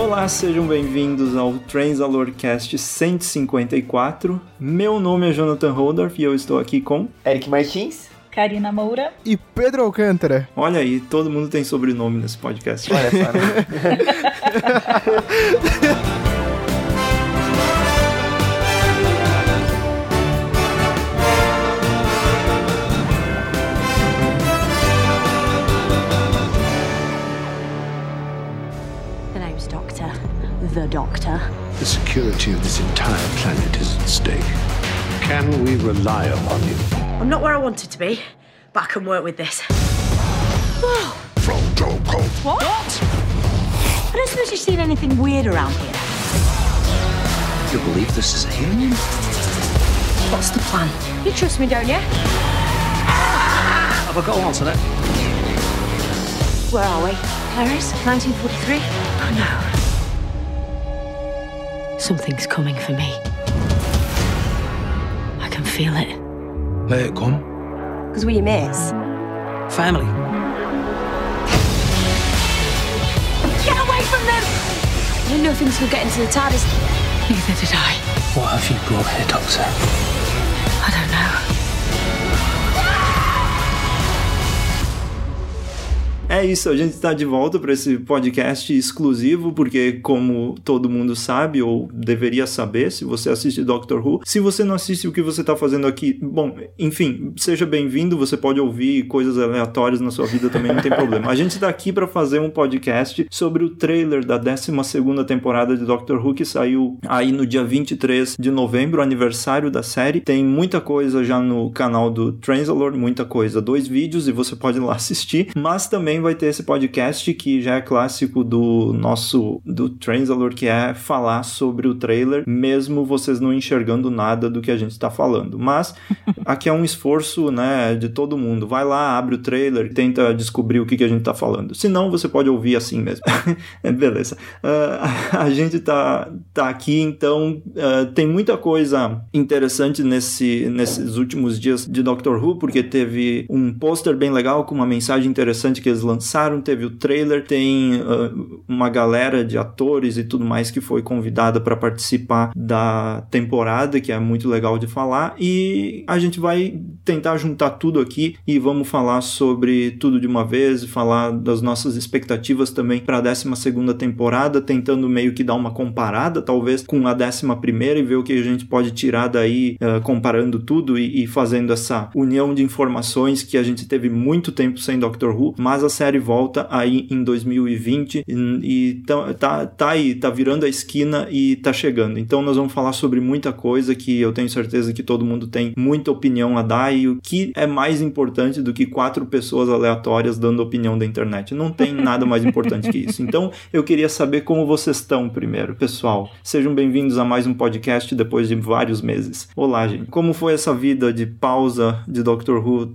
Olá, sejam bem-vindos ao Transalorcast 154. Meu nome é Jonathan Holdorf e eu estou aqui com... Eric Martins, Karina Moura e Pedro Alcântara. Olha aí, todo mundo tem sobrenome nesse podcast. Olha só, né? The Doctor. The security of this entire planet is at stake. Can we rely upon you? I'm not where I wanted to be, but I can work with this. Protocol. What? I don't suppose you've seen anything weird around here. You believe this is alien? What's the plan? You trust me, don't you? Have I got to answer that? Where are we? Paris, 1943? Oh no. Something's coming for me. I can feel it. Let it come. Because we're your mates. Family. Get away from them! I didn't know things could get into the TARDIS. Neither did I. What have you brought here, Doctor? I don't know. É isso, a gente está de volta para esse podcast exclusivo, porque como todo mundo sabe, ou deveria saber, se você assiste Doctor Who, se você não assiste o que você está fazendo aqui, bom, enfim, seja bem-vindo, você pode ouvir coisas aleatórias na sua vida também, não tem problema. A gente está aqui para fazer um podcast sobre o trailer da 12ª temporada de Doctor Who, que saiu aí no dia 23 de novembro, aniversário da série. Tem muita coisa já no canal do Transalore, muita coisa, 2 vídeos, e você pode ir lá assistir, mas também vai ter esse podcast que já é clássico do Transalore, que é falar sobre o trailer, mesmo vocês não enxergando nada do que a gente está falando. Mas aqui é um esforço, né, de todo mundo. Vai lá, abre o trailer e tenta descobrir o que a gente está falando. Se não, você pode ouvir assim mesmo. Beleza. A gente tá aqui, então tem muita coisa interessante nesses últimos dias de Doctor Who, porque teve um pôster bem legal com uma mensagem interessante que eles lançaram, teve o trailer, tem uma galera de atores e tudo mais que foi convidada para participar da temporada, que é muito legal de falar, e a gente vai tentar juntar tudo aqui e vamos falar sobre tudo de uma vez, falar das nossas expectativas também para a 12ª temporada, tentando meio que dar uma comparada, talvez, com a 11ª e ver o que a gente pode tirar daí, comparando tudo e fazendo essa união de informações que a gente teve muito tempo sem Doctor Who, mas a série volta aí em 2020 e tá aí, tá virando a esquina e tá chegando. Então nós vamos falar sobre muita coisa que eu tenho certeza que todo mundo tem muita opinião a dar, e o que é mais importante do que 4 pessoas aleatórias dando opinião da internet. Não tem nada mais importante que isso. Então eu queria saber como vocês estão primeiro. Pessoal, sejam bem-vindos a mais um podcast depois de vários meses. Olá, gente. Como foi essa vida de pausa de Doctor Who?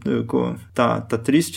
Tá triste?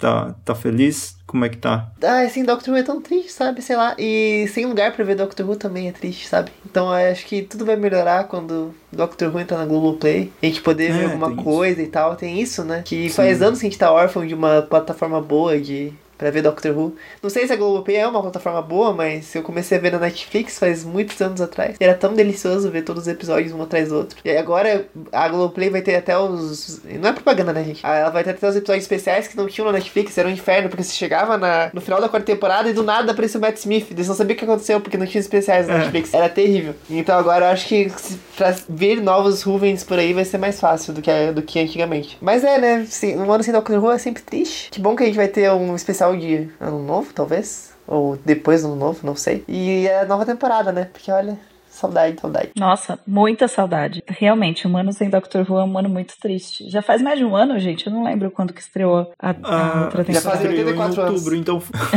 Tá feliz? Como é que tá? Assim, Doctor Who é tão triste, sabe? Sei lá. E sem lugar pra ver Doctor Who também é triste, sabe? Então eu acho que tudo vai melhorar quando Doctor Who entrar na Globoplay. A gente poder ver alguma coisa e tal. Tem isso, né? Que faz anos que a gente tá órfão de uma plataforma boa pra ver Doctor Who. Não sei se a Globoplay é uma plataforma boa, mas eu comecei a ver na Netflix faz muitos anos atrás. E era tão delicioso ver todos os episódios um atrás do outro. E agora a Globoplay vai ter até os... Não é propaganda, né, gente? Ela vai ter até os episódios especiais que não tinham na Netflix. Era um inferno, porque você chegava no final da 4ª temporada e do nada apareceu o Matt Smith. Eles não sabiam o que aconteceu, porque não tinha especiais na Netflix. Era terrível. Então agora eu acho que pra ver novos Whovens por aí vai ser mais fácil do que antigamente. Mas né? Um ano sem Doctor Who é sempre triste. Que bom que a gente vai ter um especial de Ano Novo, talvez? Ou depois do Ano Novo, não sei. E é a nova temporada, né? Porque olha... Saudade. Nossa, muita saudade. Realmente, um ano sem Doctor Who é um ano muito triste. Já faz mais de um ano, gente. Eu não lembro quando que estreou a outra temporada. Já faz 84 em anos. Outubro, então...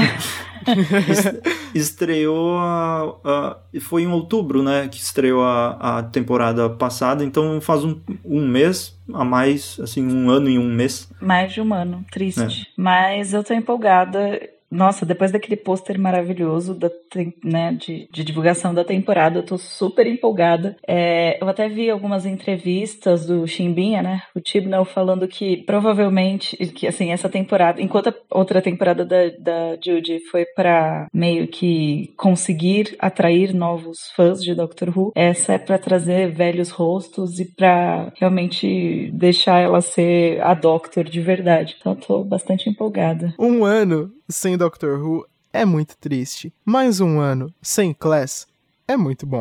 Estreou foi em outubro, né? Que estreou a temporada passada. Então faz um mês a mais, assim, um ano e um mês. Mais de um ano, triste. Mas eu tô empolgada. Nossa, depois daquele pôster maravilhoso né, de divulgação da temporada, eu tô super empolgada. Eu até vi algumas entrevistas do Chimbinha, né, o Chibnall, falando que provavelmente, que assim, essa temporada, enquanto a outra temporada da Judy foi pra meio que conseguir atrair novos fãs de Doctor Who, essa é pra trazer velhos rostos e pra realmente deixar ela ser a Doctor de verdade. Então eu tô bastante empolgada. Um ano sem Doctor Who é muito triste. Mais um ano sem Class é muito bom.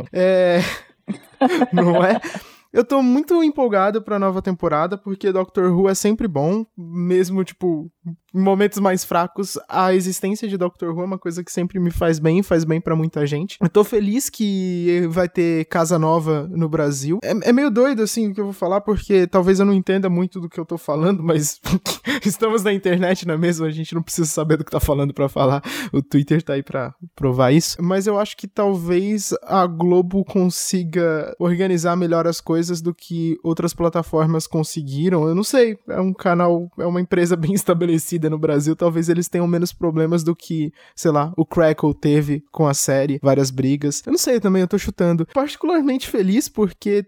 Não é? Eu tô muito empolgado pra nova temporada, porque Doctor Who é sempre bom, mesmo, tipo, em momentos mais fracos, a existência de Doctor Who é uma coisa que sempre me faz bem pra muita gente. Eu tô feliz que vai ter casa nova no Brasil. É meio doido, assim, o que eu vou falar, porque talvez eu não entenda muito do que eu tô falando, mas estamos na internet, não é mesmo? A gente não precisa saber do que tá falando pra falar. O Twitter tá aí pra provar isso. Mas eu acho que talvez a Globo consiga organizar melhor as coisas do que outras plataformas conseguiram. Eu não sei, é um canal, é uma empresa bem estabelecida no Brasil, talvez eles tenham menos problemas do que, sei lá, o Crackle teve com a série, várias brigas. Eu não sei também, eu tô chutando. Particularmente feliz porque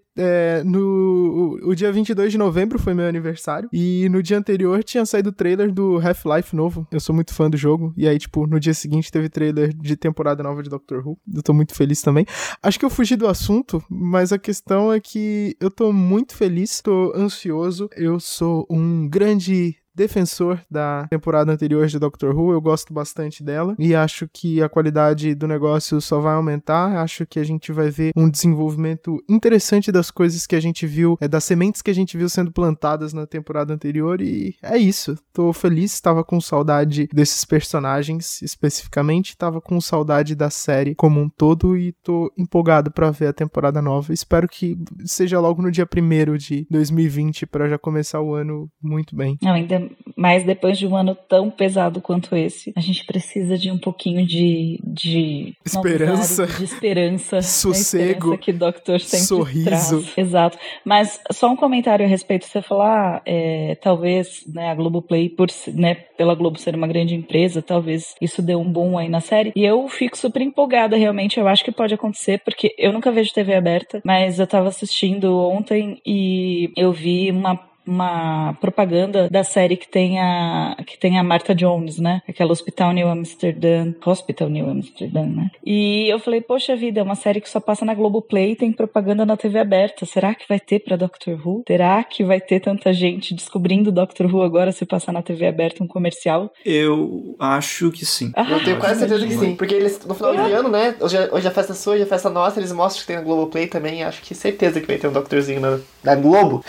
o dia 22 de novembro foi meu aniversário e no dia anterior tinha saído o trailer do Half-Life novo. Eu sou muito fã do jogo e aí, tipo, no dia seguinte teve trailer de temporada nova de Doctor Who. Eu tô muito feliz também. Acho que eu fugi do assunto, mas a questão é que eu tô muito feliz, tô ansioso. Eu sou um grande defensor da temporada anterior de Doctor Who, eu gosto bastante dela e acho que a qualidade do negócio só vai aumentar, acho que a gente vai ver um desenvolvimento interessante das coisas que a gente viu, das sementes que a gente viu sendo plantadas na temporada anterior e é isso, tô feliz, tava com saudade desses personagens especificamente, tava com saudade da série como um todo e tô empolgado pra ver a temporada nova, espero que seja logo no dia 1º de 2020 pra já começar o ano muito bem. Não, ainda mais depois de um ano tão pesado quanto esse, a gente precisa de um pouquinho de esperança, de esperança, sossego, esperança que o Doctor sempre sorriso. Traz. Exato. Mas só um comentário a respeito, você falar, talvez, né, a Globoplay, pela Globo ser uma grande empresa, talvez isso dê um boom aí na série, e eu fico super empolgada, realmente, eu acho que pode acontecer, porque eu nunca vejo TV aberta, mas eu tava assistindo ontem e eu vi uma propaganda da série que tem a Martha Jones, né? Aquela Hospital New Amsterdam, né? E eu falei, poxa vida, é uma série que só passa na Globoplay e tem propaganda na TV aberta. Será que vai ter pra Doctor Who? Será que vai ter tanta gente descobrindo Doctor Who agora se passar na TV aberta um comercial? Eu acho que sim. Eu tenho quase certeza que sim. Porque eles, no final de ano, né? Hoje a festa sua, hoje a festa nossa, eles mostram que tem na Globoplay também. Acho que certeza que vai ter um Doctorzinho da Globo.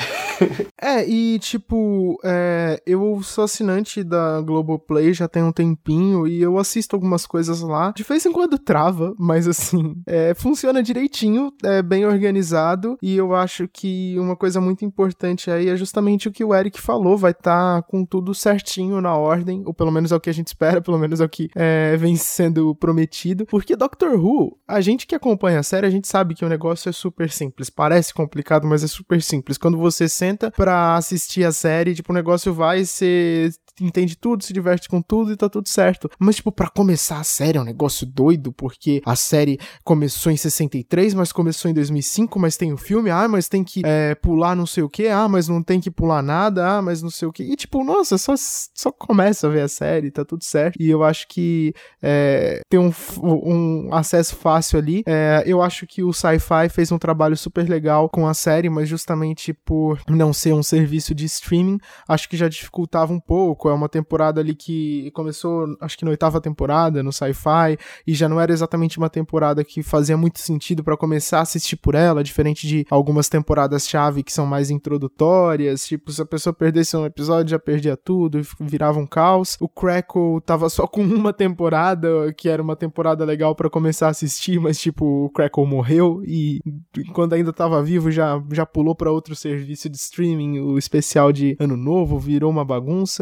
E tipo, eu sou assinante da Globoplay já tem um tempinho e eu assisto algumas coisas lá. De vez em quando trava, mas assim, funciona direitinho, é bem organizado e eu acho que uma coisa muito importante aí é justamente o que o Eric falou, vai estar com tudo certinho na ordem, ou pelo menos é o que a gente espera, pelo menos é o que vem sendo prometido, porque Doctor Who, a gente que acompanha a série, a gente sabe que o negócio é super simples, parece complicado, mas é super simples. Quando você senta pra assistir a série, tipo, o negócio vai ser... entende tudo, se diverte com tudo e tá tudo certo. Mas, tipo, pra começar a série é um negócio doido, porque a série começou em 63, mas começou em 2005, mas tem o filme, mas tem que pular não sei o que, mas não tem que pular nada, mas não sei o que. E, tipo, nossa, só começa a ver a série, tá tudo certo. E eu acho que tem um acesso fácil ali. Eu acho que o Sci-Fi fez um trabalho super legal com a série, mas justamente por não ser um serviço de streaming, acho que já dificultava um pouco. É uma temporada ali que começou, acho que na 8ª temporada, no Sci-Fi, e já não era exatamente uma temporada que fazia muito sentido pra começar a assistir por ela, diferente de algumas temporadas-chave que são mais introdutórias, tipo, se a pessoa perdesse um episódio, já perdia tudo, virava um caos. O Crackle tava só com uma temporada, que era uma temporada legal pra começar a assistir, mas, tipo, o Crackle morreu, e quando ainda tava vivo, já pulou pra outro serviço de streaming, o especial de Ano Novo, virou uma bagunça.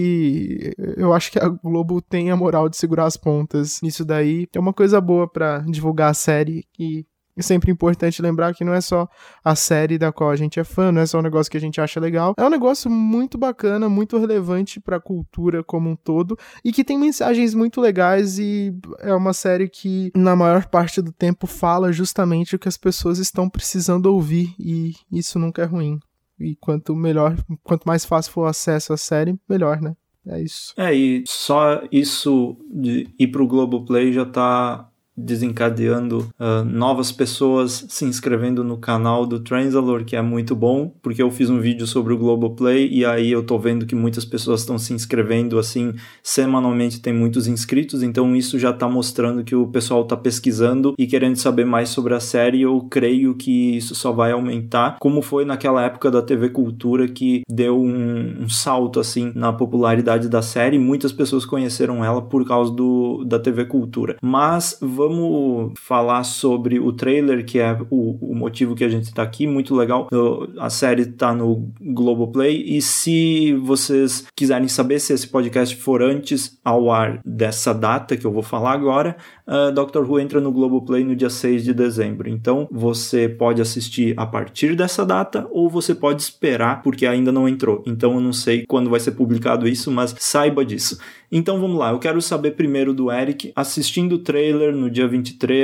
Eu acho que a Globo tem a moral de segurar as pontas nisso daí. É uma coisa boa pra divulgar a série e É sempre importante lembrar que não é só a série da qual a gente é fã, não é só um negócio que a gente acha legal. É um negócio muito bacana, muito relevante pra cultura como um todo e que tem mensagens muito legais e é uma série que, na maior parte do tempo, fala justamente o que as pessoas estão precisando ouvir e isso nunca é ruim. E quanto mais fácil for o acesso à série, melhor, né? É isso. E só isso de ir pro Globoplay já tá desencadeando novas pessoas se inscrevendo no canal do Transalore, que é muito bom, porque eu fiz um vídeo sobre o Globoplay e aí eu tô vendo que muitas pessoas estão se inscrevendo assim, semanalmente tem muitos inscritos, então isso já tá mostrando que o pessoal tá pesquisando e querendo saber mais sobre a série. Eu creio que isso só vai aumentar, como foi naquela época da TV Cultura, que deu um salto assim na popularidade da série, muitas pessoas conheceram ela por causa da TV Cultura. Mas vamos falar sobre o trailer, que é o motivo que a gente está aqui, muito legal. A série está no Globoplay e se vocês quiserem saber se esse podcast for antes ao ar dessa data que eu vou falar agora, Doctor Who entra no Globoplay no dia 6 de dezembro. Então você pode assistir a partir dessa data ou você pode esperar porque ainda não entrou. Então eu não sei quando vai ser publicado isso, mas saiba disso. Então vamos lá, eu quero saber primeiro do Eric, assistindo o trailer no dia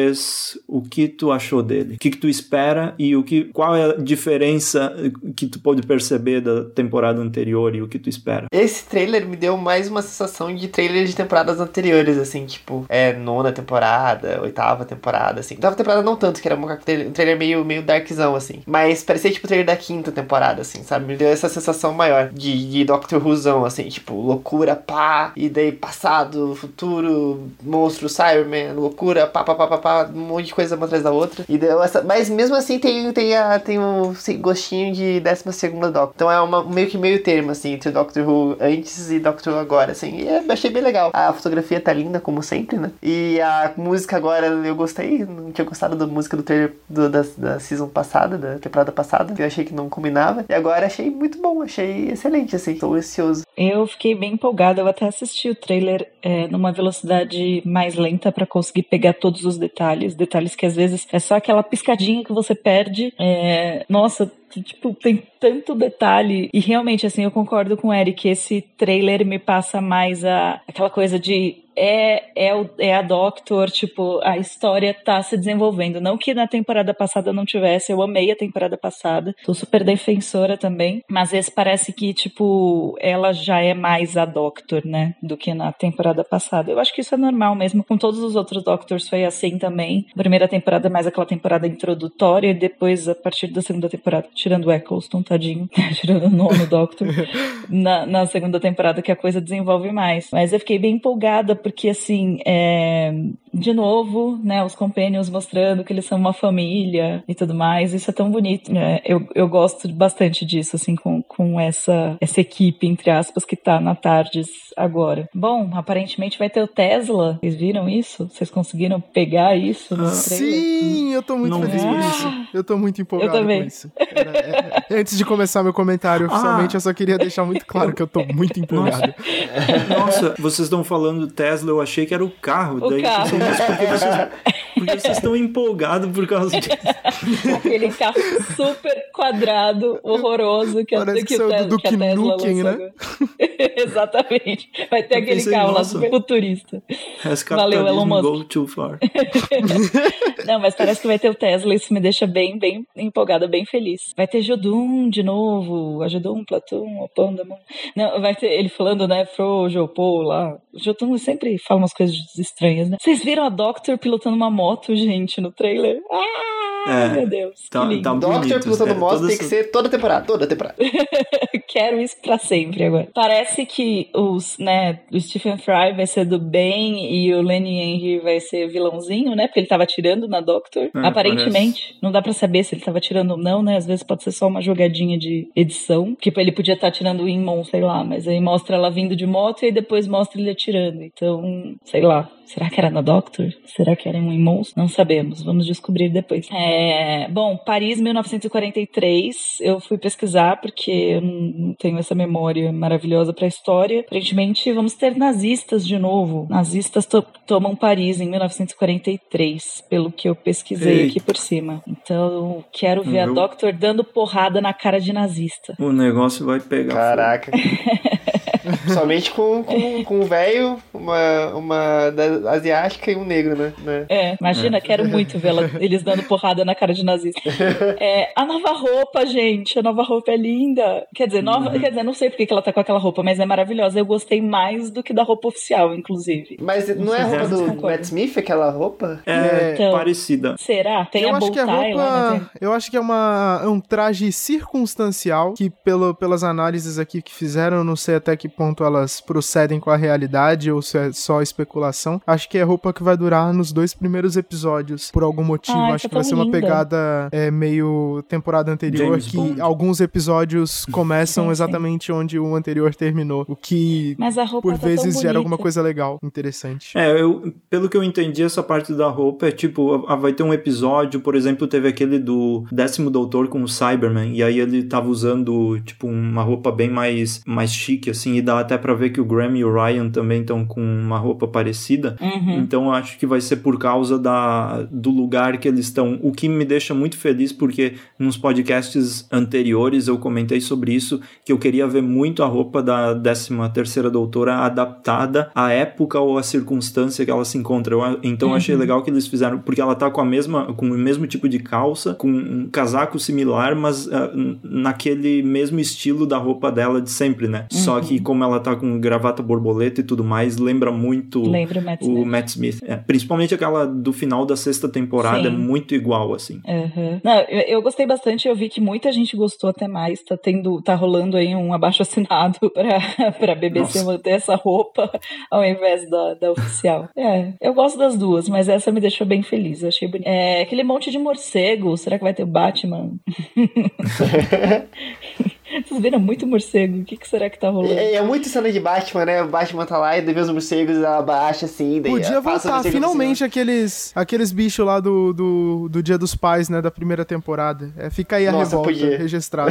23, o que tu achou dele? O que tu espera e qual é a diferença que tu pode perceber da temporada anterior e o que tu espera? Esse trailer me deu mais uma sensação de trailer de temporadas anteriores, assim, tipo, 9ª temporada, 8ª temporada, assim. 8ª temporada não tanto, que era um trailer meio darkzão, assim. Mas parecia tipo o trailer da 5ª temporada, assim, sabe? Me deu essa sensação maior de Doctor Who'zão, assim, tipo, loucura, pá, e daí passado, futuro, monstro, Cyberman, loucura, pá, um monte de coisa uma atrás da outra. E deu essa... Mas mesmo assim tem um gostinho de 12ª Doctor. Então é meio termo, assim, entre Doctor Who antes e Doctor Who agora, assim. E achei bem legal. A fotografia tá linda, como sempre, né? E a música agora eu gostei. Não tinha gostado da música do trailer da season passada, da temporada passada, que eu achei que não combinava. E agora achei muito bom, achei excelente, assim. Tô ansioso. Eu fiquei bem empolgada, eu até assisti o trailer numa velocidade mais lenta pra conseguir pegar todos os detalhes que às vezes é só aquela piscadinha que você perde. Nossa, tipo, tem tanto detalhe. E realmente, assim, eu concordo com o Eric, esse trailer me passa mais aquela coisa de a Doctor, tipo, a história tá se desenvolvendo. Não que na temporada passada não tivesse, eu amei a temporada passada, tô super defensora também, mas esse parece que, tipo, ela já é mais a Doctor, né, do que na temporada passada. Eu acho que isso é normal mesmo, com todos os outros Doctors foi assim também. A primeira temporada é mais aquela temporada introdutória, e depois, a partir da segunda temporada, tirando o Eccleston, tadinho, tirando o nono Doctor, na segunda temporada que a coisa desenvolve mais. Mas eu fiquei bem empolgada, porque, assim, de novo, né, os Companions mostrando que eles são uma família e tudo mais, isso é tão bonito. Eu gosto bastante disso, assim, com essa equipe, entre aspas, que tá na TARDIS agora. Bom, aparentemente vai ter o Tesla, vocês viram isso? Vocês conseguiram pegar isso no trailer? Sim, eu tô muito feliz por isso. Eu tô muito empolgado com isso. Antes de começar meu comentário oficialmente, eu só queria deixar muito claro que eu tô muito empolgado. Nossa, vocês estão falando do Tesla, eu achei que era o carro. O carro. Porque vocês estão empolgados por causa disso. Aquele carro super quadrado, horroroso, que parece que saiu do Duke Nukem, né? Exatamente. Vai ter aquele carro lá super futurista. Valeu, Elon Musk. Go too far. Não, mas parece que vai ter o Tesla, isso me deixa bem, bem empolgada, bem feliz. Vai ter Jodun de novo, a Jodun, Platão, o Panda. Não, vai ter ele falando, né, Frojo, Paul lá. O Jodun sempre fala umas coisas estranhas, né? Vocês viram a Doctor pilotando uma moto, gente, no trailer? Meu Deus, tá, que lindo. Tá Doctor pilotando moto tem que ser toda temporada. Quero isso pra sempre agora. Parece que o Stephen Fry vai ser do bem e o Lenny Henry vai ser vilãozinho, né? Porque ele tava atirando na Doctor. Aparentemente. Parece. Não dá pra saber se ele tava atirando ou não, né? Às vezes pode ser só uma jogadinha de edição. Tipo, ele podia estar atirando o Inmon, sei lá. Mas aí mostra ela vindo de moto e aí depois mostra ele atirando. Então, sei lá. Será que era na Doctor? Será que era em monstro? Não sabemos, vamos descobrir depois. Bom, Paris 1943, eu fui pesquisar porque eu não tenho essa memória maravilhosa pra história. Aparentemente vamos ter nazistas de novo. Nazistas tomam Paris em 1943, pelo que eu pesquisei aqui por cima. Então quero ver a Doctor dando porrada na cara de nazista. O negócio vai pegar. Caraca. Somente com um velho, uma asiática e um negro, né? Imagina, quero muito ver eles dando porrada na cara de nazista. A nova roupa, gente, a nova roupa é linda. Quer dizer, não sei porque que ela tá com aquela roupa, mas é maravilhosa. Eu gostei mais do que da roupa oficial, inclusive. Mas não é a roupa do Matt Smith, aquela roupa? Então, parecida. Será? Tem a bow tie lá. Eu acho que é um traje circunstancial que, pelas análises aqui que fizeram, eu não sei até que ponto elas procedem com a realidade ou se é só especulação. Acho que é roupa que vai durar nos 2 primeiros episódios, por algum motivo. Acho que vai ser uma pegada meio temporada anterior, James que Bond. Alguns episódios começam exatamente onde o anterior terminou, o que por vezes gera alguma coisa legal, interessante. Pelo que eu entendi, essa parte da roupa é tipo, vai ter um episódio, por exemplo, teve aquele do 10º Doutor com o Cyberman, e aí ele tava usando tipo uma roupa bem mais chique, assim, e dá até pra ver que o Graham e o Ryan também estão com uma roupa parecida. Então acho que vai ser por causa do lugar que eles estão, o que me deixa muito feliz, porque nos podcasts anteriores eu comentei sobre isso, que eu queria ver muito a roupa da 13ª Doutora adaptada à época ou à circunstância que ela se encontra. Então achei legal que eles fizeram, porque ela tá com o mesmo tipo de calça, com um casaco similar, mas naquele mesmo estilo da roupa dela de sempre, né? Só que como ela tá com gravata borboleta e tudo mais, lembra muito o Matt Smith. Principalmente aquela do final da 6ª temporada. Sim. É muito igual, assim. Não, eu gostei bastante, eu vi que muita gente gostou até mais, tá rolando aí um abaixo-assinado pra BBC manter essa roupa ao invés da oficial. Eu gosto das duas, mas essa me deixou bem feliz, eu achei bonito. Aquele monte de morcego, será que vai ter o Batman? Vocês viram muito morcego, o que será que tá rolando? É muito cena de Batman, né? O Batman tá lá e daí vê os morcegos, ela baixa assim, daí podia voltar finalmente aqueles bichos lá do Dia dos Pais, né? Da primeira temporada. Fica aí a revolta registrada.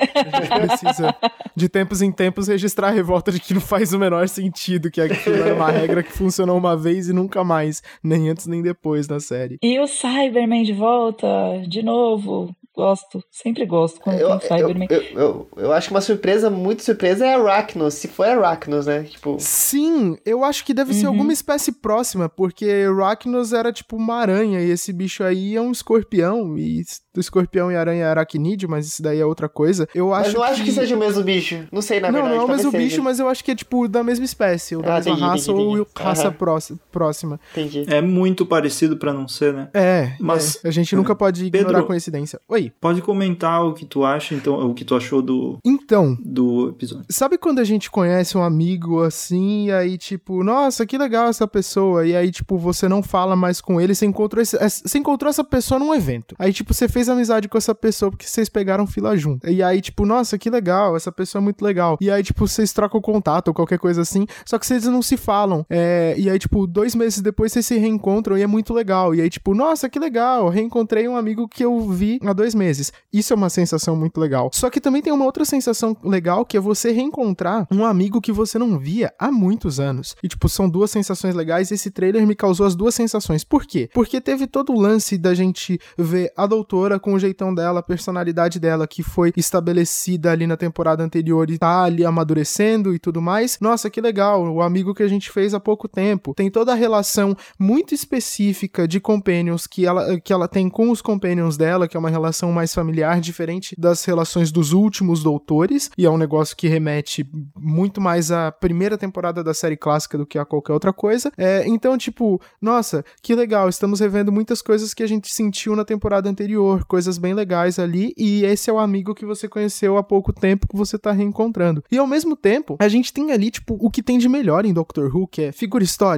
A gente precisa, de tempos em tempos, registrar a revolta de que não faz o menor sentido, que aquilo era uma regra que funcionou uma vez e nunca mais, nem antes nem depois na série. E o Cyberman de volta, de novo. Gosto, sempre gosto quando tem Cyberman. Eu acho que uma surpresa, muito surpresa, é Arachnos, se for Arachnos, né? Tipo... Sim, eu acho que deve ser alguma espécie próxima, porque Arachnos era tipo uma aranha, e esse bicho aí é um escorpião, e do escorpião e aranha é aracnídeo, mas isso daí é outra coisa. Mas não acho que seja o mesmo bicho, não sei, na verdade. Não é o mesmo bicho, mas eu acho que é tipo da mesma espécie, ou da mesma raça, ou raça próxima. Entendi. É muito parecido pra não ser, né? Mas a gente nunca pode ignorar a coincidência. Oi. Pode comentar o que tu acha, então, o que tu achou do episódio. Sabe quando a gente conhece um amigo assim, e aí tipo, nossa, que legal essa pessoa, e aí tipo, você não fala mais com ele, você encontrou essa pessoa num evento. Aí tipo, você fez amizade com essa pessoa porque vocês pegaram fila junto. E aí tipo, nossa, que legal, essa pessoa é muito legal. E aí tipo, vocês trocam contato ou qualquer coisa assim, só que vocês não se falam. E aí tipo, 2 meses depois vocês se reencontram e é muito legal. E aí tipo, nossa, que legal, reencontrei um amigo que eu vi há 2 meses. Isso é uma sensação muito legal. Só que também tem uma outra sensação legal, que é você reencontrar um amigo que você não via há muitos anos. E tipo, são 2 sensações legais, e esse trailer me causou as 2 sensações. Por quê? Porque teve todo o lance da gente ver a doutora com o jeitão dela, a personalidade dela, que foi estabelecida ali na temporada anterior e tá ali amadurecendo e tudo mais. Nossa, que legal, o amigo que a gente fez há pouco tempo. Tem toda a relação muito específica de companions que ela tem com os companions dela, que é uma relação mais familiar, diferente das relações dos últimos doutores, e é um negócio que remete muito mais à primeira temporada da série clássica do que a qualquer outra coisa. Então, tipo, nossa, que legal, estamos revendo muitas coisas que a gente sentiu na temporada anterior, coisas bem legais ali, e esse é o amigo que você conheceu há pouco tempo que você tá reencontrando. E ao mesmo tempo, a gente tem ali, tipo, o que tem de melhor em Doctor Who, que é figura histórica,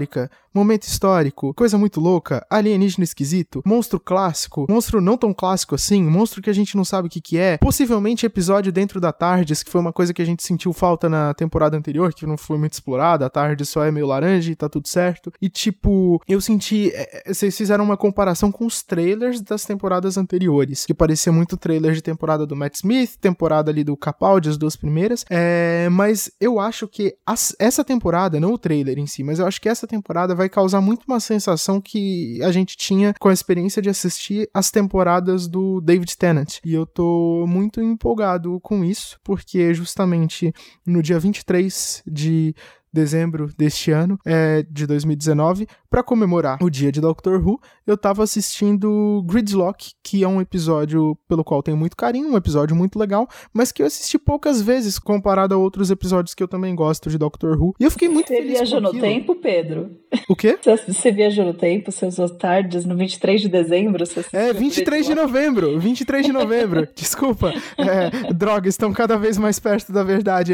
momento histórico, coisa muito louca, alienígena esquisito, monstro clássico, monstro não tão clássico assim, monstro que a gente não sabe o que é, possivelmente episódio dentro da TARDIS, que foi uma coisa que a gente sentiu falta na temporada anterior, que não foi muito explorada, a TARDIS só é meio laranja e tá tudo certo, e tipo, eu senti, vocês fizeram uma comparação com os trailers das temporadas anteriores, que parecia muito trailer de temporada do Matt Smith, temporada ali do Capaldi, as duas primeiras, mas eu acho que essa temporada, não o trailer em si, mas eu acho que essa temporada vai causar muito uma sensação que a gente tinha com a experiência de assistir as temporadas do David Tennant, e eu tô muito empolgado com isso, porque justamente no dia 23 de dezembro deste ano, de 2019, pra comemorar o dia de Doctor Who, eu tava assistindo Gridlock, que é um episódio pelo qual tenho muito carinho, um episódio muito legal, mas que eu assisti poucas vezes comparado a outros episódios que eu também gosto de Doctor Who. E eu fiquei muito feliz com aquilo. Você viajou no tempo, Pedro? O quê? Você viajou no tempo, você usou tardes no 23 de dezembro? 23 de novembro, 23 de novembro, desculpa. Droga, estão cada vez mais perto da verdade.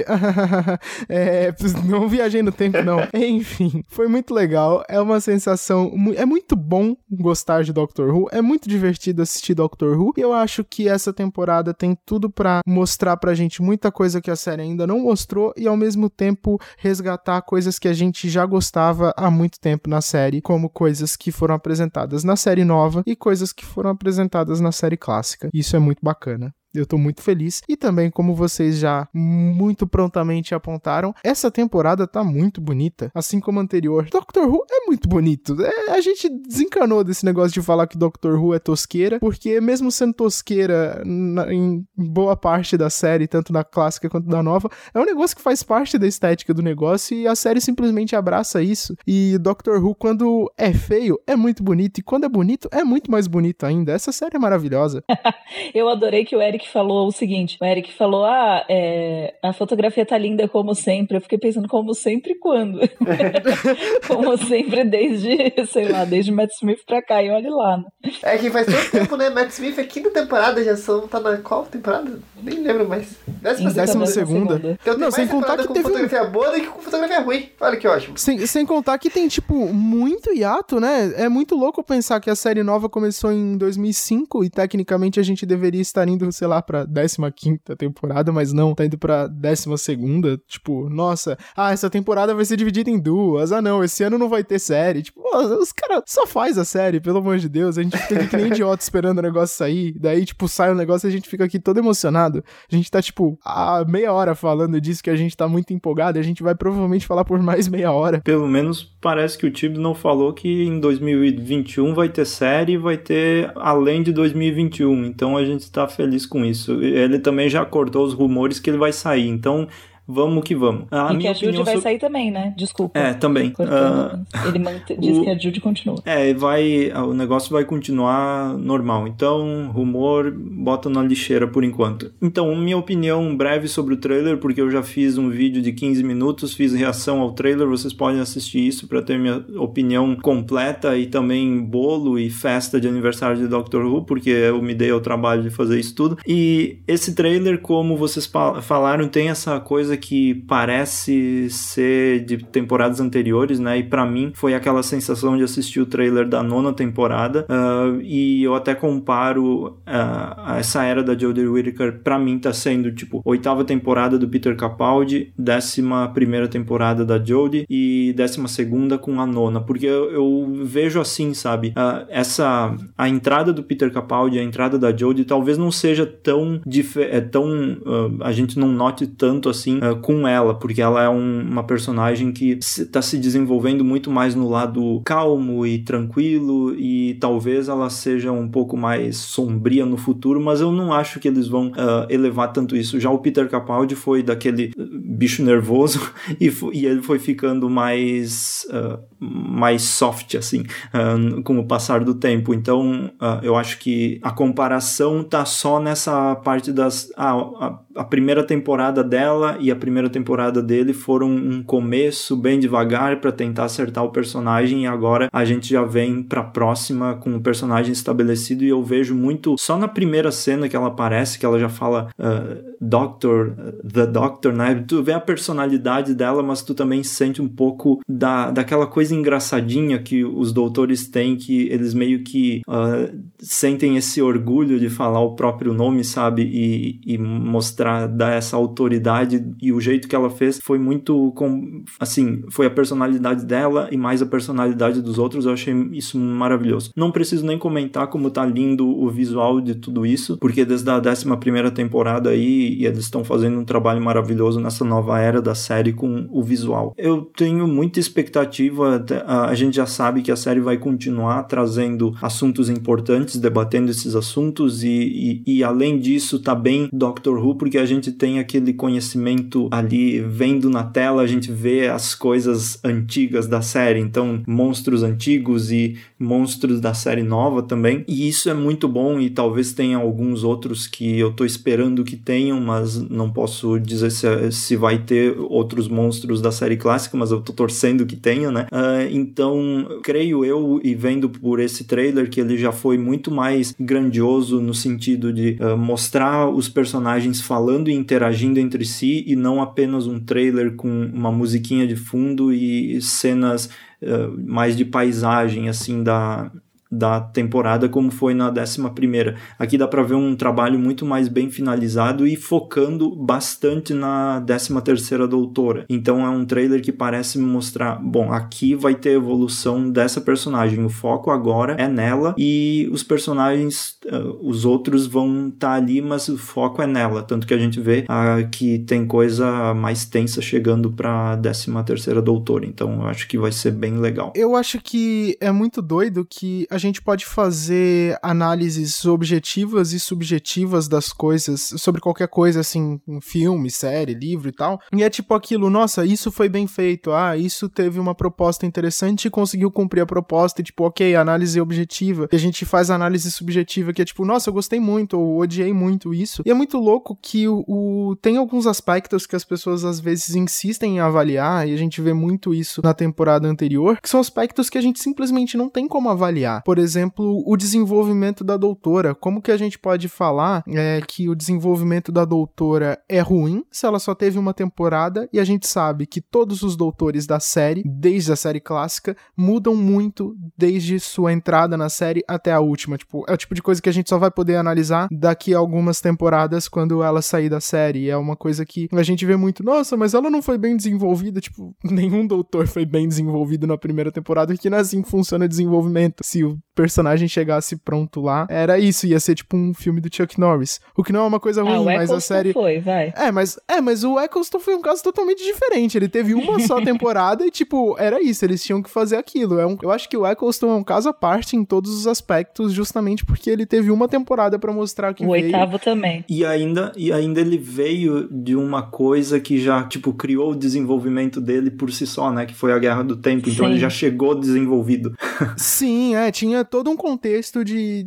Não viajei no tempo, não. Enfim, foi muito legal, é uma sensação, é muito bom gostar de Doctor Who, é muito divertido assistir Doctor Who, e eu acho que essa temporada tem tudo pra mostrar pra gente muita coisa que a série ainda não mostrou, e ao mesmo tempo resgatar coisas que a gente já gostava há muito tempo na série, como coisas que foram apresentadas na série nova e coisas que foram apresentadas na série clássica. Isso é muito bacana. Eu tô muito feliz. E também, como vocês já muito prontamente apontaram, essa temporada tá muito bonita, assim como a anterior. Doctor Who é muito bonito. A gente desencanou desse negócio de falar que Doctor Who é tosqueira, porque mesmo sendo tosqueira em boa parte da série, tanto da clássica quanto da nova, é um negócio que faz parte da estética do negócio, e a série simplesmente abraça isso. E Doctor Who, quando é feio, é muito bonito, e quando é bonito, é muito mais bonito ainda. Essa série é maravilhosa. Eu adorei que o Eric falou o seguinte, o Eric falou, a fotografia tá linda como sempre. Eu fiquei pensando, como sempre quando? Como sempre desde Matt Smith pra cá, e olha lá. É que faz todo tempo, né? Matt Smith é quinta temporada, tá na qual temporada? Nem lembro mais. 12ª. Então não, sem contar que com fotografia boa do que com fotografia ruim. Olha que ótimo. Sem contar que tem, tipo, muito hiato, né? É muito louco pensar que a série nova começou em 2005 e tecnicamente a gente deveria estar indo, sei lá, pra 15ª temporada, mas não, tá indo pra 12ª, tipo, nossa, essa temporada vai ser dividida em duas, não, esse ano não vai ter série, tipo, os caras só faz a série, pelo amor de Deus, a gente fica aqui que nem idiota esperando o negócio sair, daí, tipo, sai o negócio e a gente fica aqui todo emocionado, a gente tá, tipo, há meia hora falando disso, que a gente tá muito empolgado, e a gente vai provavelmente falar por mais meia hora. Pelo menos parece que o Tibbs não falou que em 2021 vai ter série, vai ter além de 2021, então a gente tá feliz com isso. Ele também já cortou os rumores que ele vai sair, então vamos que vamos. E que a Judy vai sair também, né? Desculpa. Também. Ele diz que a Judy continua. O negócio vai continuar normal. Então, rumor, bota na lixeira por enquanto. Então, minha opinião breve sobre o trailer, porque eu já fiz um vídeo de 15 minutos, fiz reação ao trailer, vocês podem assistir isso para ter minha opinião completa, e também bolo e festa de aniversário de Doctor Who, porque eu me dei ao trabalho de fazer isso tudo. E esse trailer, como vocês falaram, tem essa coisa que parece ser de temporadas anteriores, né? E pra mim foi aquela sensação de assistir o trailer da 9ª temporada, e eu até comparo essa era da Jodie Whittaker, pra mim tá sendo tipo 8ª temporada do Peter Capaldi, 11ª temporada da Jodie e 12ª com a 9ª, porque eu vejo assim, sabe? A entrada do Peter Capaldi, a entrada da Jodie talvez não seja tão a gente não note tanto assim com ela, porque ela é uma personagem que está se desenvolvendo muito mais no lado calmo e tranquilo, e talvez ela seja um pouco mais sombria no futuro, mas eu não acho que eles vão elevar tanto isso. Já o Peter Capaldi foi daquele bicho nervoso e ele foi ficando mais soft, assim, com o passar do tempo. Então, eu acho que a comparação tá só nessa parte das... a primeira temporada dela e a primeira temporada dele foram um começo bem devagar para tentar acertar o personagem, e agora a gente já vem pra próxima com o personagem estabelecido, e eu vejo muito, só na primeira cena que ela aparece, que ela já fala The Doctor, né? Tu vê a personalidade dela, mas tu também sente um pouco daquela coisa engraçadinha que os doutores têm, que eles meio que sentem esse orgulho de falar o próprio nome, sabe? E mostrar, dar essa autoridade, e o jeito que ela fez foi muito, assim, foi a personalidade dela e mais a personalidade dos outros. Eu achei isso maravilhoso. Não preciso nem comentar como tá lindo o visual de tudo isso, porque desde a 11ª temporada aí, e eles estão fazendo um trabalho maravilhoso nessa nova era da série com o visual. Eu tenho muita expectativa, a gente já sabe que a série vai continuar trazendo assuntos importantes, debatendo esses assuntos, e além disso tá bem Doctor Who, porque a gente tem aquele conhecimento ali vendo na tela, a gente vê as coisas antigas da série, então monstros antigos e monstros da série nova também, e isso é muito bom, e talvez tenha alguns outros que eu tô esperando que tenham, mas não posso dizer se vai ter outros monstros da série clássica, mas eu tô torcendo que tenha, né? Então, creio eu, e vendo por esse trailer, que ele já foi muito mais grandioso no sentido de mostrar os personagens falando e interagindo entre si, e não apenas um trailer com uma musiquinha de fundo e cenas mais de paisagem, assim, da temporada, como foi na 11ª. Aqui dá pra ver um trabalho muito mais bem finalizado e focando bastante na 13ª Doutora. Então é um trailer que parece me mostrar, bom, aqui vai ter evolução dessa personagem, o foco agora é nela, e os personagens, os outros vão estar ali, mas o foco é nela, tanto que a gente vê que tem coisa mais tensa chegando pra 13ª Doutora, então eu acho que vai ser bem legal. Eu acho que é muito doido que a gente pode fazer análises objetivas e subjetivas das coisas, sobre qualquer coisa, assim, um filme, série, livro e tal, e é tipo aquilo, nossa, isso foi bem feito, isso teve uma proposta interessante e conseguiu cumprir a proposta, e tipo, ok, análise objetiva, e a gente faz análise subjetiva, que é tipo, nossa, eu gostei muito, ou odiei muito isso, e é muito louco que tem alguns aspectos que as pessoas às vezes insistem em avaliar, e a gente vê muito isso na temporada anterior, que são aspectos que a gente simplesmente não tem como avaliar. Por exemplo, o desenvolvimento da doutora. Como que a gente pode falar que o desenvolvimento da doutora é ruim se ela só teve uma temporada, e a gente sabe que todos os doutores da série, desde a série clássica, mudam muito desde sua entrada na série até a última. Tipo, é o tipo de coisa que a gente só vai poder analisar daqui a algumas temporadas, quando ela sair da série. E é uma coisa que a gente vê muito, nossa, mas ela não foi bem desenvolvida. Tipo, nenhum doutor foi bem desenvolvido na primeira temporada, porque não é assim que funciona o desenvolvimento. Se o personagem chegasse pronto lá, era isso, ia ser tipo um filme do Chuck Norris, o que não é uma coisa ruim, mas a série... foi, vai. Mas o Eccleston foi um caso totalmente diferente, ele teve uma só temporada e tipo, era isso, eles tinham que fazer aquilo. Eu acho que o Eccleston é um caso à parte em todos os aspectos, justamente porque ele teve uma temporada pra mostrar que o veio. O 8º também. E ainda ele veio de uma coisa que já, tipo, criou o desenvolvimento dele por si só, né, que foi a Guerra do Tempo, então ele já chegou desenvolvido. Sim, tinha todo um contexto de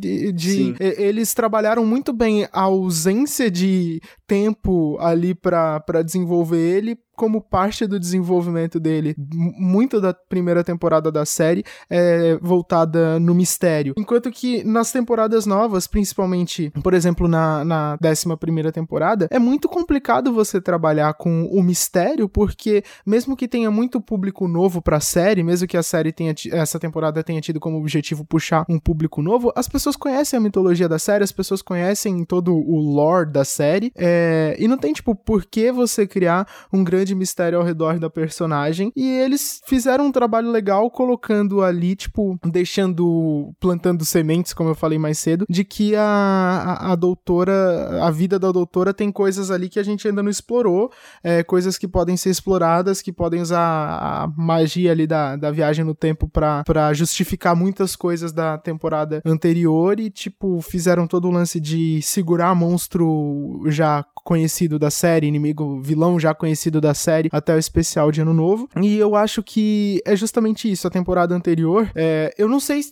eles trabalharam muito bem a ausência de tempo ali pra desenvolver ele, como parte do desenvolvimento dele. Muito da primeira temporada da série é voltada no mistério. Enquanto que nas temporadas novas, principalmente, por exemplo, na 11ª temporada, é muito complicado você trabalhar com o mistério, porque mesmo que tenha muito público novo pra série, mesmo que a série essa temporada tenha tido como objetivo puxar um público novo, as pessoas conhecem a mitologia da série, as pessoas conhecem todo o lore da série, e não tem, tipo, por que você criar um grande mistério ao redor da personagem, e eles fizeram um trabalho legal colocando ali, tipo, plantando sementes, como eu falei mais cedo, de que a doutora, a vida da doutora tem coisas ali que a gente ainda não explorou, coisas que podem ser exploradas, que podem usar a magia ali da viagem no tempo pra justificar muitas coisas da temporada anterior, e tipo, fizeram todo o lance de segurar monstro já conhecido da série, vilão já conhecido da série até o especial de Ano Novo. E eu acho que é justamente isso, a temporada anterior. Eu não sei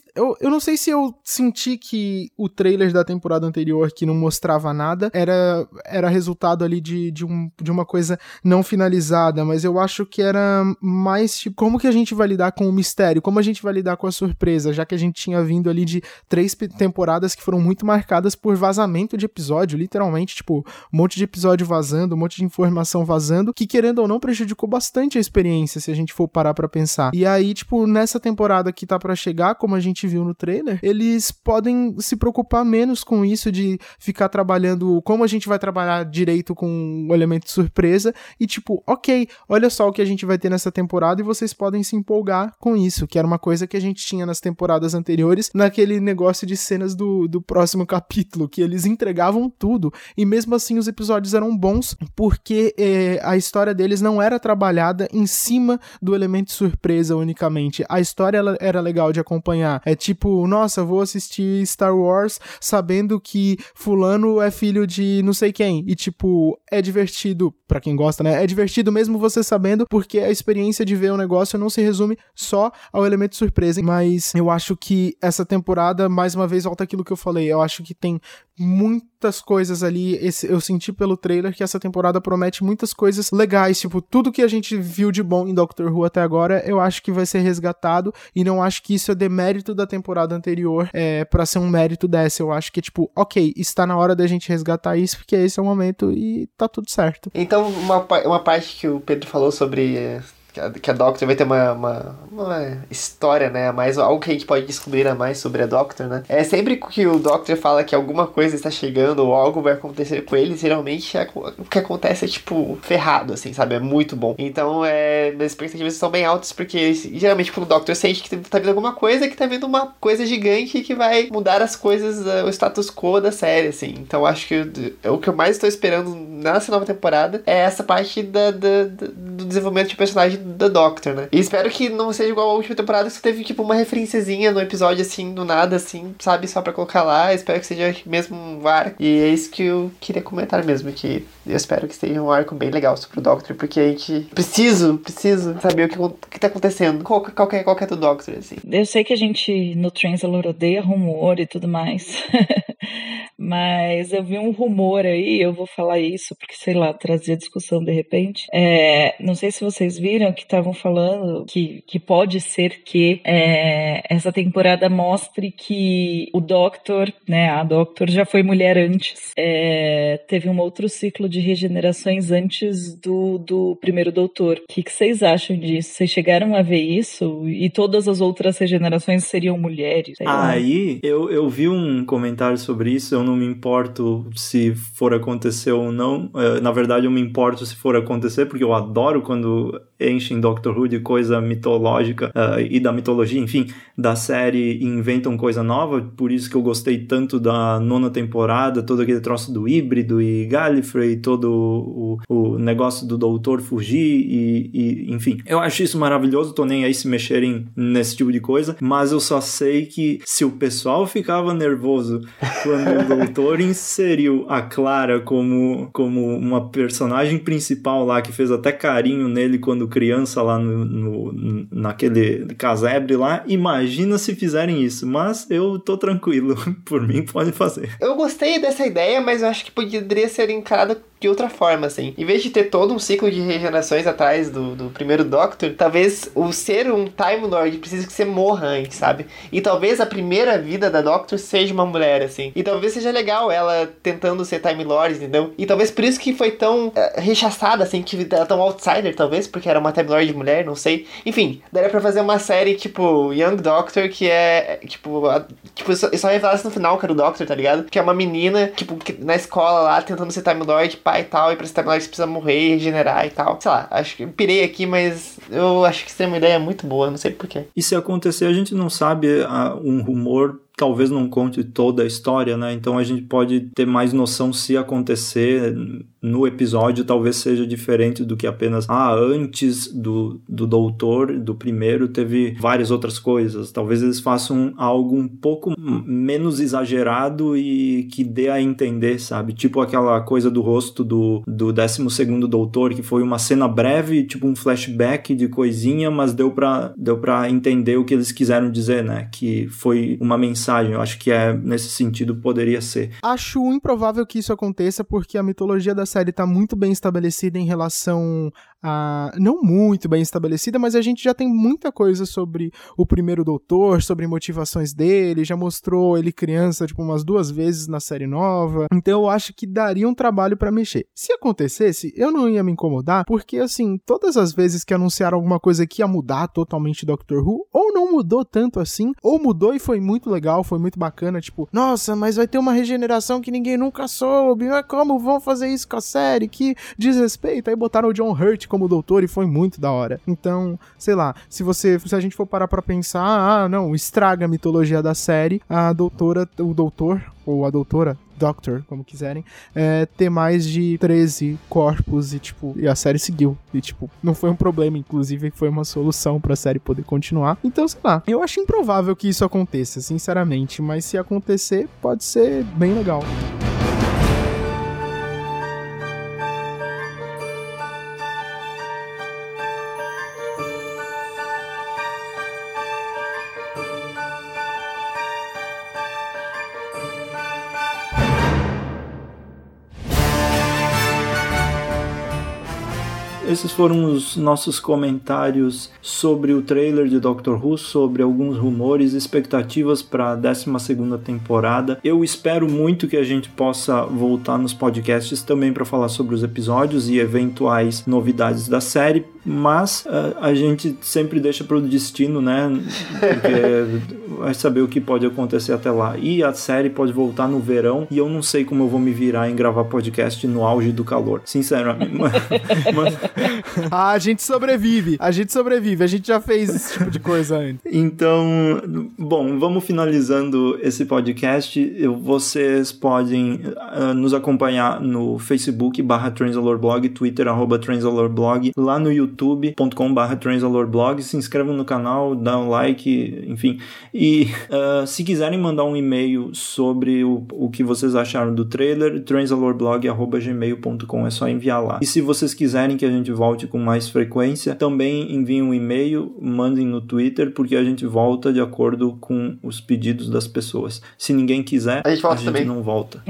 se eu senti que o trailer da temporada anterior, que não mostrava nada, era resultado ali de uma coisa não finalizada, mas eu acho que era mais tipo, como que a gente vai lidar com o mistério, como a gente vai lidar com a surpresa, já que a gente tinha vindo ali de 3 temporadas que foram muito marcadas por vazamento de episódio, literalmente, tipo, um monte de episódio vazando, um monte de informação vazando, que querendo ou não prejudicou bastante a experiência, se a gente for parar pra pensar. E aí, tipo, nessa temporada que tá pra chegar, como a gente viu no trailer, eles podem se preocupar menos com isso de ficar trabalhando, como a gente vai trabalhar direito com o elemento de surpresa, e tipo, ok, olha só o que a gente vai ter nessa temporada e vocês podem se empolgar com isso, que era uma coisa que a gente tinha nas temporadas anteriores, naquele negócio de cenas do próximo capítulo, que eles entregavam tudo, e mesmo assim os episódios eram bons, porque a história deles não era trabalhada em cima do elemento de surpresa unicamente. A história ela era legal de acompanhar. É tipo, nossa, vou assistir Star Wars sabendo que fulano é filho de não sei quem. E tipo, é divertido, pra quem gosta, né? É divertido mesmo você sabendo, porque a experiência de ver o negócio não se resume só ao elemento de surpresa. Mas eu acho que essa temporada, mais uma vez, volta aquilo que eu falei. Eu acho que tem muitas coisas ali, eu senti pelo trailer que essa temporada promete muitas coisas legais, tipo, tudo que a gente viu de bom em Doctor Who até agora, eu acho que vai ser resgatado, e não acho que isso é demérito da temporada anterior pra ser um mérito dessa. Eu acho que, tipo, ok, está na hora da gente resgatar isso, porque esse é o momento e tá tudo certo. Então, uma parte que o Pedro falou sobre que a Doctor vai ter uma história, né, a mais, algo que a gente pode descobrir a mais sobre a Doctor, né. É sempre que o Doctor fala que alguma coisa está chegando ou algo vai acontecer com ele, geralmente o que acontece é, tipo, ferrado, assim, sabe, é muito bom. Então, minhas expectativas são bem altas, porque geralmente quando o Doctor sente que tá vindo alguma coisa, que tá vindo uma coisa gigante que vai mudar as coisas, o status quo da série, assim. Então, acho que o que eu mais estou esperando nessa nova temporada é essa parte do desenvolvimento de personagem da Doctor, né? E espero que não seja igual a última temporada, que teve, tipo, uma referenciazinha no episódio, assim, do nada, assim, sabe? Só pra colocar lá. Espero que seja mesmo um arco. E é isso que eu queria comentar mesmo, que eu espero que seja um arco bem legal sobre o Doctor, porque a gente preciso saber o que tá acontecendo. Qual é do Doctor, assim. Eu sei que a gente, no Translator, odeia rumor e tudo mais. Mas eu vi um rumor aí, eu vou falar isso, porque, sei lá, trazia discussão de repente. Não sei se vocês viram que estavam falando que pode ser que essa temporada mostre que o Doctor, né, a Doctor já foi mulher antes. Teve um outro ciclo de regenerações antes do primeiro Doutor. O que vocês acham disso? Vocês chegaram a ver isso? E todas as outras regenerações seriam mulheres? Aí, eu vi um comentário sobre isso, eu não me importo se for acontecer ou não. Na verdade, eu me importo se for acontecer, porque eu adoro quando enchem Doctor Who de coisa mitológica e da mitologia, enfim, da série, e inventam coisa nova. Por isso que eu gostei tanto da 9ª temporada, todo aquele troço do híbrido e Gallifrey, todo o negócio do doutor fugir e enfim. Eu acho isso maravilhoso, tô nem aí se mexerem nesse tipo de coisa, mas eu só sei que se o pessoal ficava nervoso quando o doutor inseriu a Clara como uma personagem principal lá, que fez até carinho nele quando criança lá naquele casebre lá, imagina se fizerem isso, mas eu tô tranquilo, por mim pode fazer. Eu gostei dessa ideia, mas eu acho que poderia ser encarada de outra forma, assim. Em vez de ter todo um ciclo de regenerações atrás do primeiro Doctor, talvez o ser um Time Lord precise que você morra antes, sabe? E talvez a primeira vida da Doctor seja uma mulher, assim. E talvez seja legal ela tentando ser Time Lord, entendeu? E talvez por isso que foi tão rechaçada, assim, que ela tão outsider, talvez, porque era uma Time Lord mulher, não sei. Enfim, daria pra fazer uma série, tipo, Young Doctor, que é, tipo, só revelasse no final que era o Doctor, tá ligado? Que é uma menina, tipo, na escola lá, tentando ser Time Lord, e tal, e pra ser Time Lord você precisa morrer e regenerar e tal. Sei lá, acho que eu pirei aqui, mas eu acho que isso é uma ideia muito boa, não sei porquê. E se acontecer, a gente não sabe, um rumor talvez não conte toda a história, né? Então a gente pode ter mais noção se acontecer no episódio, talvez seja diferente do que apenas antes do doutor, do primeiro, teve várias outras coisas. Talvez eles façam algo um pouco menos exagerado e que dê a entender, sabe? Tipo aquela coisa do rosto do 12º doutor, que foi uma cena breve, tipo um flashback de coisinha, mas deu pra entender o que eles quiseram dizer, né? Que foi uma mensagem. Eu acho que nesse sentido poderia ser. Acho improvável que isso aconteça, porque a mitologia da série tá muito bem estabelecida em relação a... Não muito bem estabelecida, mas a gente já tem muita coisa sobre o primeiro doutor, sobre motivações dele, já mostrou ele criança, tipo, umas 2 vezes na série nova. Então eu acho que daria um trabalho pra mexer. Se acontecesse, eu não ia me incomodar, porque, assim, todas as vezes que anunciaram alguma coisa que ia mudar totalmente Doctor Who, ou não mudou tanto assim, ou mudou e foi muito legal, foi muito bacana, tipo, nossa, mas vai ter uma regeneração que ninguém nunca soube, mas como vão fazer isso com a série? Que desrespeito. Aí botaram o John Hurt como doutor e foi muito da hora. Então, sei lá, se a gente for parar pra pensar, não, estraga a mitologia da série, o doutor, ou a doutora, Doctor, como quiserem, ter mais de 13 corpos e a série seguiu. E, não foi um problema, inclusive foi uma solução pra série poder continuar. Então, sei lá, eu acho improvável que isso aconteça, sinceramente, mas se acontecer, pode ser bem legal. Esses foram os nossos comentários sobre o trailer de Doctor Who, sobre alguns rumores, expectativas para a 12ª temporada. Eu espero muito que a gente possa voltar nos podcasts também para falar sobre os episódios e eventuais novidades da série, mas a gente sempre deixa para o destino, né? Porque vai saber o que pode acontecer até lá. E a série pode voltar no verão e eu não sei como eu vou me virar em gravar podcast no auge do calor, sinceramente. A gente sobrevive, a gente já fez esse tipo de coisa antes. Então, bom, vamos finalizando esse podcast. Vocês podem nos acompanhar no Facebook /TransLoreBlog, Twitter @TransLoreBlog, lá no youtube.com/TransLoreBlog. Se inscrevam no canal, dá um like, enfim. E se quiserem mandar um e-mail sobre o que vocês acharam do trailer, translorblog@gmail.com, é só enviar lá. E se vocês quiserem que a gente volte com mais frequência, também enviem um e-mail, mandem no Twitter, porque a gente volta de acordo com os pedidos das pessoas. Se ninguém quiser, a gente não volta.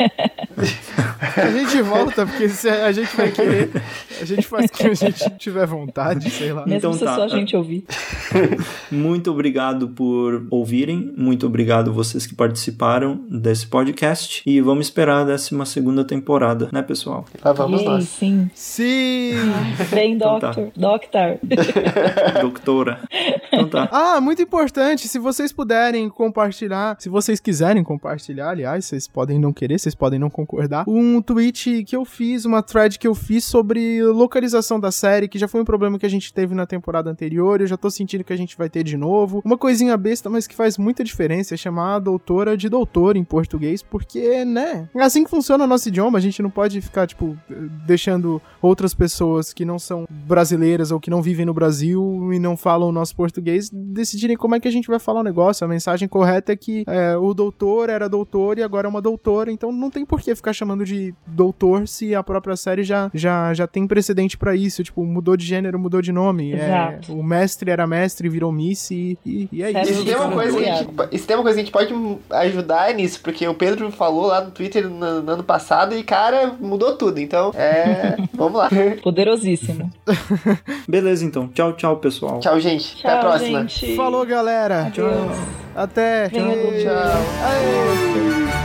A gente volta, porque se a gente vai querer, a gente faz o que a gente tiver vontade, sei lá. Mesmo se só a gente ouvir. Muito obrigado por ouvirem, muito obrigado vocês que participaram desse podcast, e vamos esperar a 12ª temporada, né, pessoal? Lá vamos nós. Sim. Bem, então Doctor. Doctor. Doutora. Então tá. Muito importante, se vocês puderem compartilhar, se vocês quiserem compartilhar, aliás, vocês podem não querer, vocês podem não concordar, um tweet que eu fiz, uma thread que eu fiz sobre localização da série, que já foi um problema que a gente teve na temporada anterior, eu já tô sentindo que a gente vai ter de novo. Uma coisinha besta, mas que faz muita diferença, é chamar a doutora de doutor em português, porque, né, é assim que funciona o nosso idioma, a gente não pode ficar, deixando outras pessoas que não são brasileiras ou que não vivem no Brasil e não falam o nosso português decidirem como é que a gente vai falar o negócio. A mensagem correta é que o doutor era doutor e agora é uma doutora, então não tem por que ficar chamando de doutor se a própria série já tem precedente pra isso, mudou de gênero, mudou de nome. O mestre era mestre, virou miss e é isso. Isso tem uma coisa que a gente pode ajudar nisso, porque o Pedro falou lá no Twitter no ano passado e, cara, mudou tudo, então vamos lá. Poderosíssimo. Beleza, então. Tchau, pessoal. Tchau, gente. Tchau, até a próxima. Gente. Falou, galera. Adeus. Até. Tchau. Tchau. Aê.